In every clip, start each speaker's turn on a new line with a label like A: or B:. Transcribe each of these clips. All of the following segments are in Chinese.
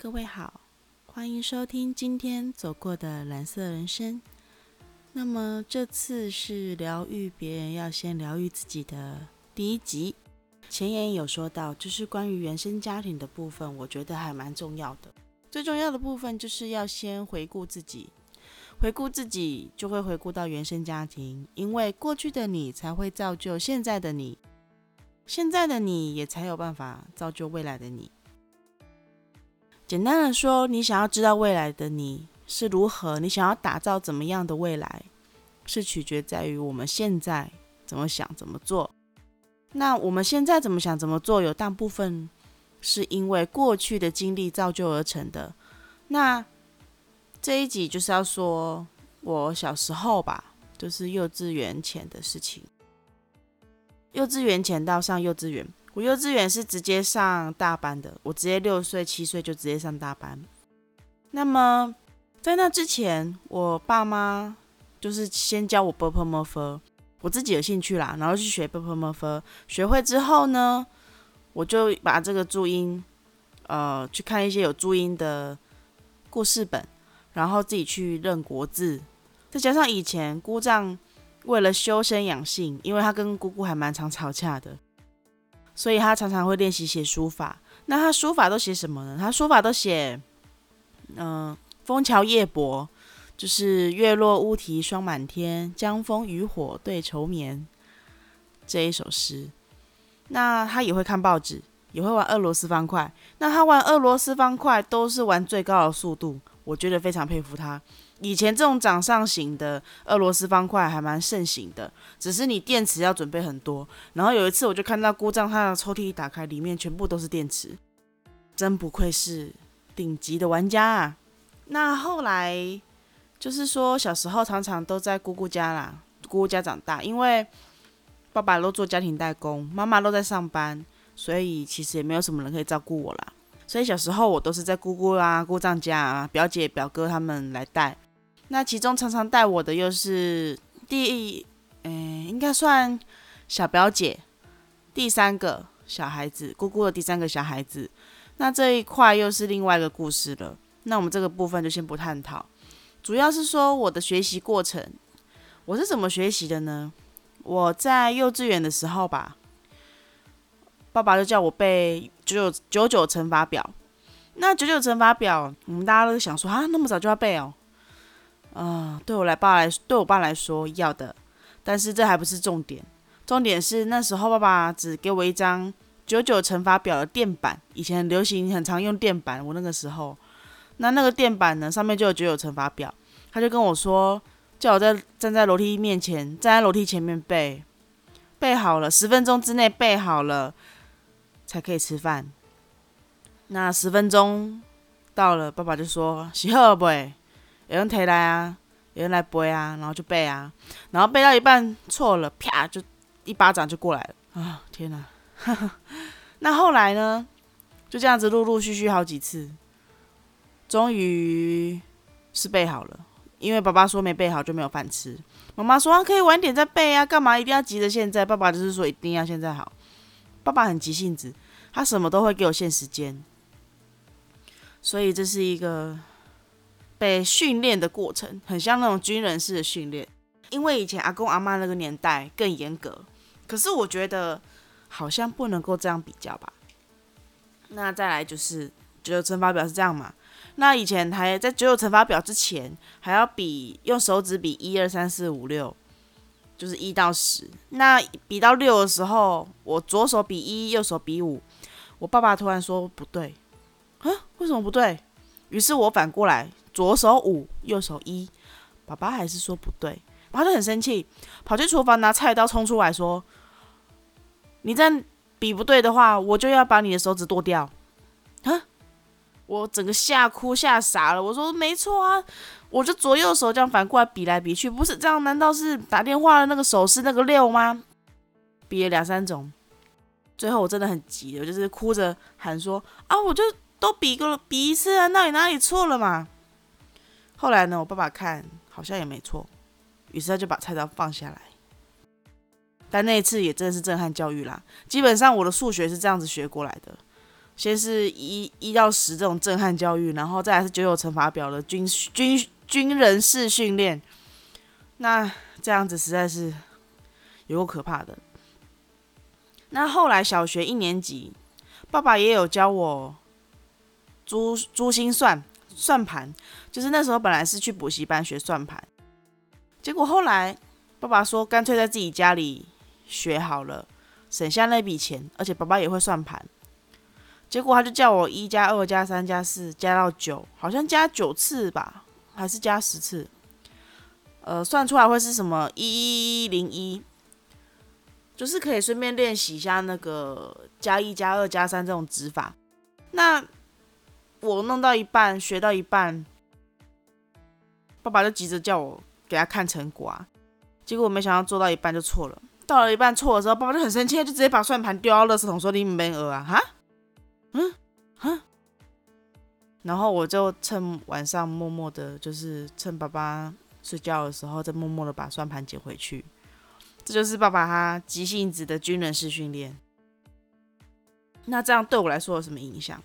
A: 各位好，欢迎收听今天走过的蓝色人生。那么这次是疗愈别人要先疗愈自己的第一集。前言有说到，就是关于原生家庭的部分，我觉得还蛮重要的。最重要的部分就是要先回顾自己，回顾自己就会回顾到原生家庭，因为过去的你才会造就现在的你，现在的你也才有办法造就未来的你。简单的说，你想要知道未来的你是如何，你想要打造怎么样的未来，是取决在于我们现在怎么想怎么做。那我们现在怎么想怎么做，有大部分是因为过去的经历造就而成的。那这一集就是要说我小时候吧，就是幼稚园前的事情。幼稚园前到上幼稚园，我幼稚园是直接上大班的，我直接6岁7岁就直接上大班。那么在那之前，我爸妈就是先教我 ㄅㄆㄇㄈ， 我自己有兴趣啦，然后去学 ㄅㄆㄇㄈ， 学会之后呢，我就把这个注音去看一些有注音的故事本，然后自己去认国字。再加上以前姑丈为了修身养性，因为他跟姑姑还蛮常吵架的，所以他常常会练习写书法。那他书法都写什么呢？他书法都写枫桥夜泊，就是月落乌啼霜满天，江枫渔火对愁眠这一首诗。那他也会看报纸，也会玩俄罗斯方块。那他玩俄罗斯方块都是玩最高的速度，我觉得非常佩服他。以前这种掌上型的俄罗斯方块还蛮盛行的，只是你电池要准备很多。然后有一次我就看到姑丈他的抽屉一打开，里面全部都是电池，真不愧是顶级的玩家啊！那后来就是说，小时候常常都在姑姑家啦，姑姑家长大，因为爸爸都做家庭代工，妈妈都在上班，所以其实也没有什么人可以照顾我啦。所以小时候我都是在姑姑啊、姑丈家啊、表姐、表哥他们来带。那其中常常带我的又是应该算小表姐，第3个小孩子，姑姑的第3个小孩子。那这一块又是另外一个故事了。那我们这个部分就先不探讨，主要是说我的学习过程，我是怎么学习的呢？我在幼稚园的时候吧，爸爸就叫我背99乘法表。那99乘法表，我们大家都想说啊，那么早就要背哦。对我爸来说要的，但是这还不是重点。重点是那时候爸爸只给我一张99乘法表的垫板，以前很流行，很常用垫板。我那个时候，那个垫板呢，上面就有99乘法表，他就跟我说，叫我站在楼梯前面背，背好了10分钟之内背好了才可以吃饭。那10分钟到了，爸爸就说洗好了不？有人提来啊，有人来背啊，然后就背啊，然后背到一半错了，啪就一巴掌就过来了啊！天哪！那后来呢？就这样子陆陆续续好几次，终于是背好了。因为爸爸说没背好就没有饭吃，妈妈说可以晚点再背啊，干嘛一定要急着现在？爸爸就是说一定要现在好。爸爸很急性子，他什么都会给我限时间，所以这是一个被训练的过程，很像那种军人式的训练。因为以前阿公阿嬷那个年代更严格，可是我觉得好像不能够这样比较吧。那再来就是99乘法表是这样嘛？那以前还在99乘法表之前，还要用手指比1、2、3、4、5、6，就是1到10。那比到6的时候，我左手比1，右手比5。我爸爸突然说不对，为什么不对？于是我反过来，左手5，右手1。爸爸还是说不对，他就很生气，跑去厨房拿菜刀冲出来说：“你这样比不对的话，我就要把你的手指剁掉。”我整个吓哭吓傻了。我说没错啊，我就左右手这样反过来比来比去，不是这样？难道是打电话的那个手势那个6吗？比了2、3种，最后我真的很急，我就是哭着喊说：“啊，我就都比一次啊，那你哪里错了嘛？”后来呢，我爸爸看好像也没错，于是他就把菜刀放下来。但那一次也真的是震撼教育啦，基本上我的数学是这样子学过来的。 先是1到10这种震撼教育，然后再来是9九乘法表的军人式训练。那这样子实在是有够可怕的。那后来小学1年级，爸爸也有教我珠心算盘，就是那时候本来是去补习班学算盘，结果后来爸爸说干脆在自己家里学好了，省下那笔钱，而且爸爸也会算盘。结果他就叫我1加2加3加4加到9，好像加9次吧，还是加10次？算出来会是什么1101，就是可以顺便练习一下那个加1加2加3这种指法。那我弄到一半，学到一半，爸爸就急着叫我给他看成果啊。结果我没想到做到一半就错了，到了一半错的时候，爸爸就很生气，就直接把算盘丢到垃圾桶，说你没讹啊，哈，然后我就趁晚上默默的，就是趁爸爸睡觉的时候，再默默的把算盘捡回去。这就是爸爸他急性子的军人式训练。那这样对我来说有什么影响？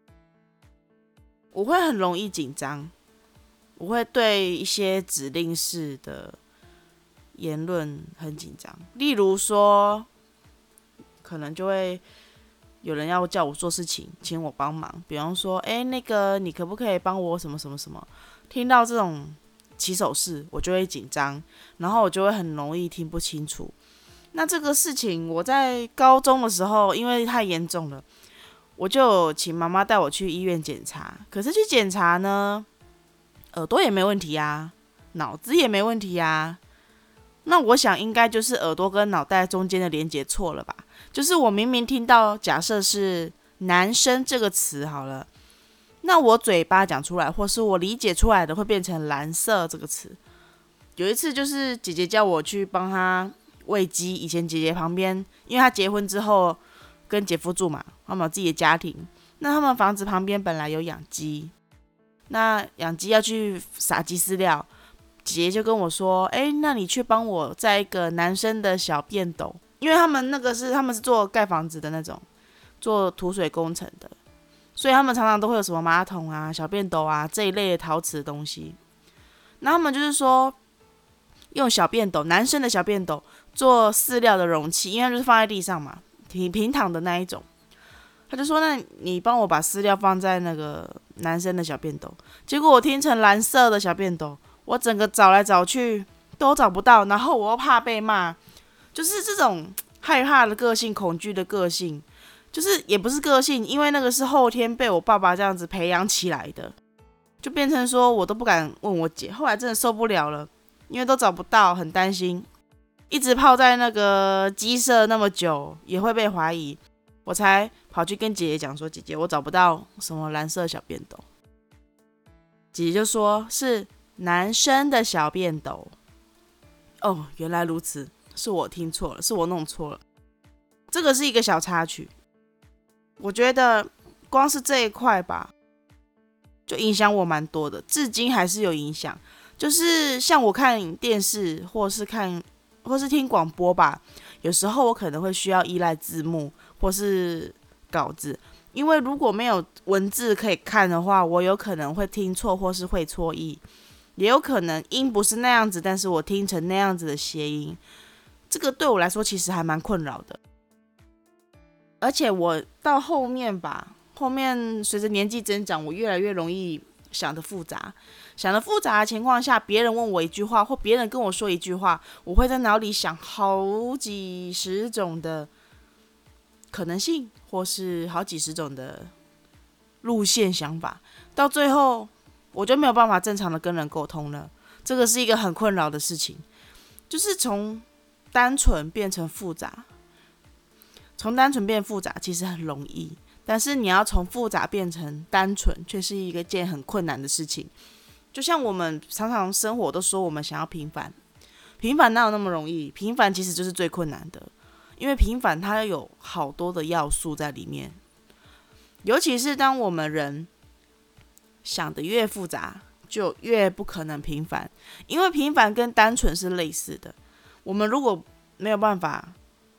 A: 我会很容易紧张，我会对一些指令式的言论很紧张。例如说，可能就会有人要叫我做事情，请我帮忙，比方说，那个你可不可以帮我什么什么什么？听到这种起手式，我就会紧张，然后我就会很容易听不清楚。那这个事情我在高中的时候，因为太严重了，我就请妈妈带我去医院检查。可是去检查呢，耳朵也没问题啊，脑子也没问题啊。那我想应该就是耳朵跟脑袋中间的连结错了吧？就是我明明听到，假设是男生这个词好了，那我嘴巴讲出来，或是我理解出来的会变成蓝色这个词。有一次就是姐姐叫我去帮她喂鸡，以前姐姐旁边，因为她结婚之后跟姐夫住嘛，他们有自己的家庭，那他们房子旁边本来有养鸡，那养鸡要去撒鸡饲料，姐姐就跟我说，那你去帮我载一个男生的小便斗，因为他们是做盖房子的那种，做土水工程的，所以他们常常都会有什么马桶啊、小便斗啊这一类的陶瓷的东西。那他们就是说，用小便斗，男生的小便斗做饲料的容器，因为它就是放在地上嘛，平躺的那一种。他就说，那你帮我把饲料放在那个男生的小便斗。结果我听成蓝色的小便斗，我整个找来找去都找不到，然后我又怕被骂，就是这种害怕的个性、恐惧的个性，就是也不是个性，因为那个是后天被我爸爸这样子培养起来的，就变成说我都不敢问我姐。后来真的受不了了，因为都找不到，很担心，一直泡在那个鸡舍那么久，也会被怀疑，我才跑去跟姐姐讲说，姐姐，我找不到什么蓝色小便斗。姐姐就说是男生的小便斗。哦，原来如此，是我听错了，是我弄错了。这个是一个小插曲，我觉得光是这一块吧，就影响我蛮多的，至今还是有影响。就是像我看电视，或是听广播吧，有时候我可能会需要依赖字幕或是稿子，因为如果没有文字可以看的话，我有可能会听错或是会错意，也有可能音不是那样子，但是我听成那样子的谐音，这个对我来说其实还蛮困扰的。而且我到后面随着年纪增长，我越来越容易想得复杂的情况下，别人问我一句话，或别人跟我说一句话，我会在脑里想好几十种的可能性，或是好几十种的路线想法，到最后我就没有办法正常的跟人沟通了。这个是一个很困扰的事情，就是从单纯变成复杂。从单纯变复杂其实很容易，但是你要从复杂变成单纯，却是一件很困难的事情。就像我们常常生活都说我们想要平凡，平凡哪有那么容易？平凡其实就是最困难的，因为平凡它有好多的要素在里面，尤其是当我们人想的越复杂，就越不可能平凡，因为平凡跟单纯是类似的。我们如果没有办法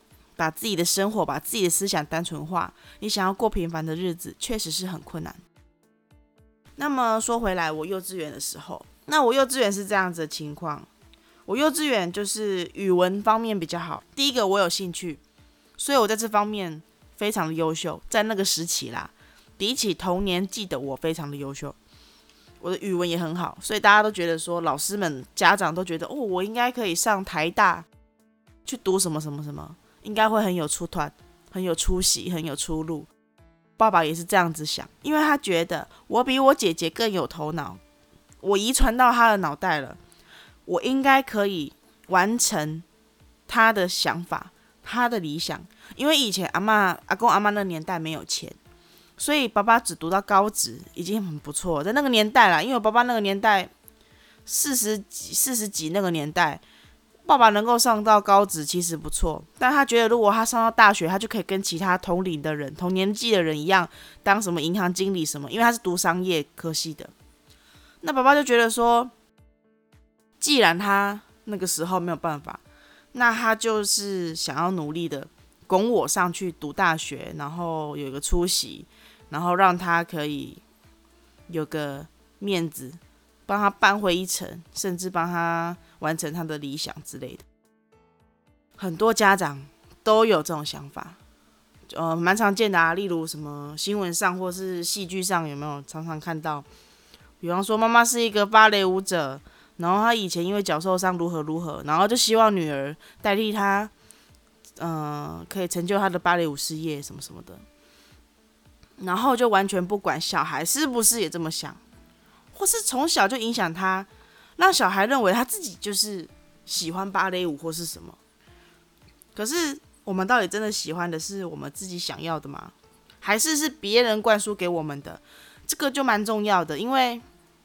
A: 把自己的生活、把自己的思想单纯化，你想要过平凡的日子，确实是很困难。那么说回来，我幼稚园的时候，那我幼稚园是这样子的情况，我幼稚园就是语文方面比较好。第一个我有兴趣，所以我在这方面非常的优秀，在那个时期啦，比起同年纪的我非常的优秀。我的语文也很好，所以大家都觉得说，老师们、家长都觉得，我应该可以上台大去读什么什么什么，应该会很有出团、很有出息、很有出路。爸爸也是这样子想，因为他觉得我比我姐姐更有头脑，我遗传到他的脑袋了，我应该可以完成他的想法、他的理想。因为以前阿公阿嬷那年代没有钱，所以爸爸只读到高职已经很不错，在那个年代啦，因为我爸爸那个年代四十几那个年代，爸爸能够上到高职其实不错，但他觉得如果他上到大学，他就可以跟其他同龄的人、同年纪的人一样，当什么银行经理什么，因为他是读商业科系的。那爸爸就觉得说，既然他那个时候没有办法，那他就是想要努力的拱我上去读大学，然后有一个出息，然后让他可以有个面子，帮他扳回一城，甚至帮他完成他的理想之类的。很多家长都有这种想法，蛮常见的啊。例如什么新闻上或是戏剧上有没有常常看到？比方说妈妈是一个芭蕾舞者，然后她以前因为脚受伤如何，然后就希望女儿代替她，可以成就她的芭蕾舞事业什么什么的。然后就完全不管小孩是不是也这么想，或是从小就影响他，让小孩认为他自己就是喜欢芭蕾舞或是什么。可是我们到底真的喜欢的是我们自己想要的吗？还是别人灌输给我们的？这个就蛮重要的，因为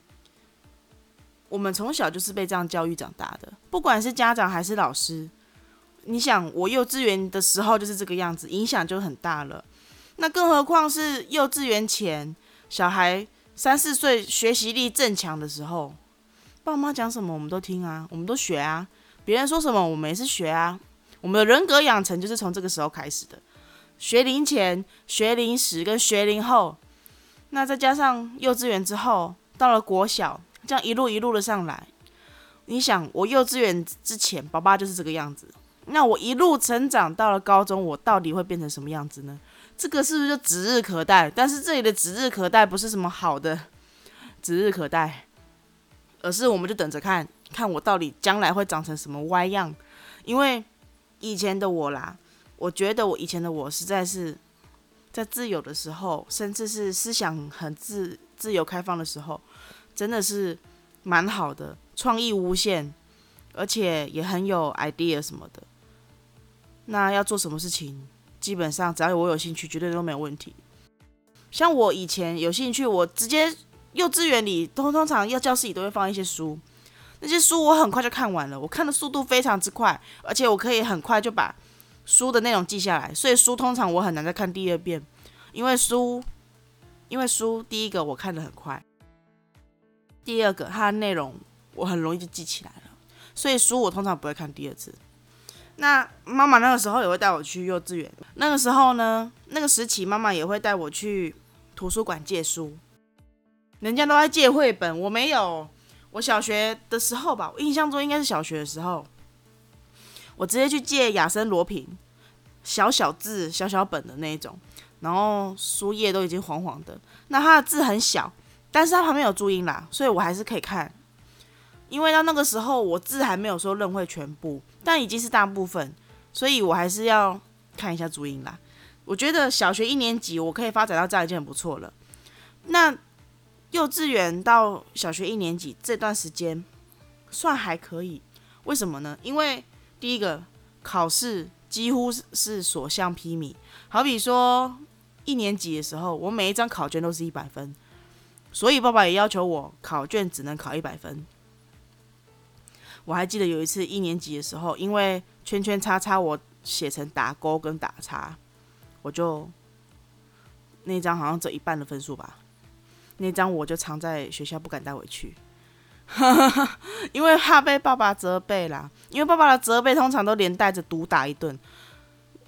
A: 我们从小就是被这样教育长大的，不管是家长还是老师。你想，我幼稚园的时候就是这个样子，影响就很大了。那更何况是幼稚园前，小孩3、4岁学习力正强的时候，爸妈讲什么我们都听啊，我们都学啊，别人说什么我们也是学啊。我们的人格养成就是从这个时候开始的，学龄前、学龄时跟学龄后，那再加上幼稚园之后，到了国小，这样一路一路的上来。你想，我幼稚园之前，爸爸就是这个样子，那我一路成长到了高中，我到底会变成什么样子呢？这个是不是就指日可待？但是这里的指日可待不是什么好的指日可待，而是我们就等着看看我到底将来会长成什么歪样。因为以前的我啦，我觉得我以前的我实在是在自由的时候，甚至是思想很自由开放的时候，真的是蛮好的，创意无限，而且也很有 idea 什么的。那要做什么事情，基本上只要我有兴趣，绝对都没有问题。像我以前有兴趣，我直接幼稚园里通常教室里都会放一些书，那些书我很快就看完了，我看的速度非常之快，而且我可以很快就把书的内容记下来，所以书通常我很难再看第二遍，因为书第一个我看得很快，第二个它的内容我很容易就记起来了，所以书我通常不会看第二次。那妈妈那个时候也会带我去幼稚园，那个时候呢，那个时期妈妈也会带我去图书馆借书，人家都在借绘本，我没有。我小学的时候吧，我印象中应该是小学的时候，我直接去借亚森罗平，小字小本的那一种，然后书页都已经黄黄的，那它的字很小，但是它旁边有注音啦，所以我还是可以看。因为到那个时候我字还没有说认会全部，但已经是大部分，所以我还是要看一下注音啦。我觉得小学1年级我可以发展到这样已经很不错了。那幼稚园到小学1年级这段时间算还可以，为什么呢？因为第一个考试几乎是所向披靡，好比说1年级的时候，我每一张考卷都是100分，所以爸爸也要求我考卷只能考100分。我还记得有一次1年级的时候，因为圈圈叉叉我写成打勾跟打叉，我就那张好像只有一半的分数吧，那张我就藏在学校不敢带回去，因为怕被爸爸责备啦。因为爸爸的责备通常都连带着毒打一顿。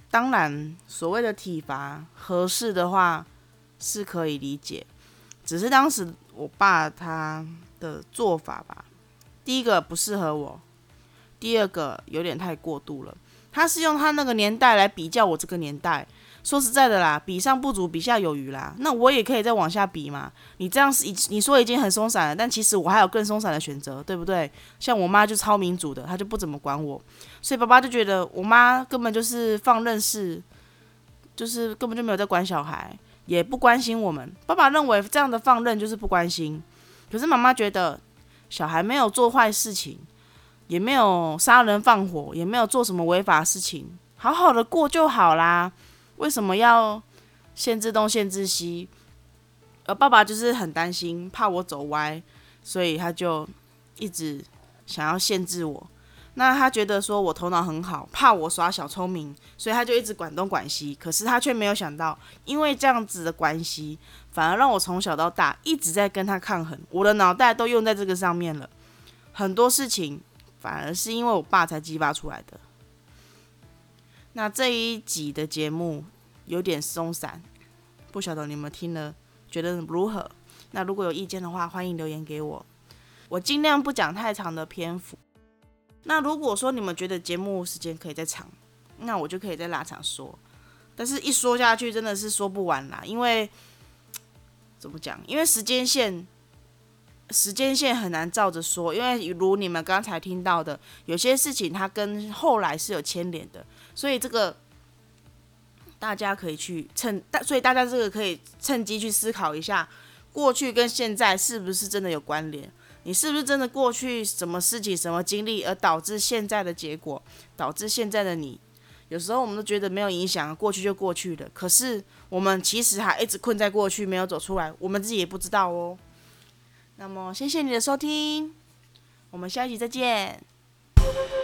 A: 当然所谓的体罚合适的话是可以理解，只是当时我爸他的做法吧，第一个不适合我，第二个有点太过度了。他是用他那个年代来比较我这个年代，说实在的啦，比上不足，比下有余啦。那我也可以再往下比嘛。你这样你说已经很松散了，但其实我还有更松散的选择，对不对？像我妈就超民主的，她就不怎么管我，所以爸爸就觉得我妈根本就是放任式，就是根本就没有在管小孩，也不关心我们。爸爸认为这样的放任就是不关心，可是妈妈觉得小孩没有做坏事情。也没有杀人放火，也没有做什么违法事情，好好的过就好啦。为什么要限制东限制西？而爸爸就是很担心，怕我走歪，所以他就一直想要限制我。那他觉得说我头脑很好，怕我耍小聪明，所以他就一直管东管西。可是他却没有想到，因为这样子的关系，反而让我从小到大一直在跟他抗衡，我的脑袋都用在这个上面了，很多事情。反而是因为我爸才激发出来的。那这一集的节目有点松散，不晓得你们听了觉得如何？那如果有意见的话，欢迎留言给我，我尽量不讲太长的篇幅。那如果说你们觉得节目时间可以再长，那我就可以再拉长说。但是一说下去真的是说不完啦，因为怎么讲？因为时间线很难照着说，因为如你们刚才听到的，有些事情它跟后来是有牵连的，所以这个大家可以去所以大家这个可以趁机去思考一下，过去跟现在是不是真的有关联？你是不是真的过去什么事情、什么经历，而导致现在的结果，导致现在的你？有时候我们都觉得没有影响，过去就过去了，可是我们其实还一直困在过去，没有走出来，我们自己也不知道哦。那么，谢谢你的收听，我们下一集再见。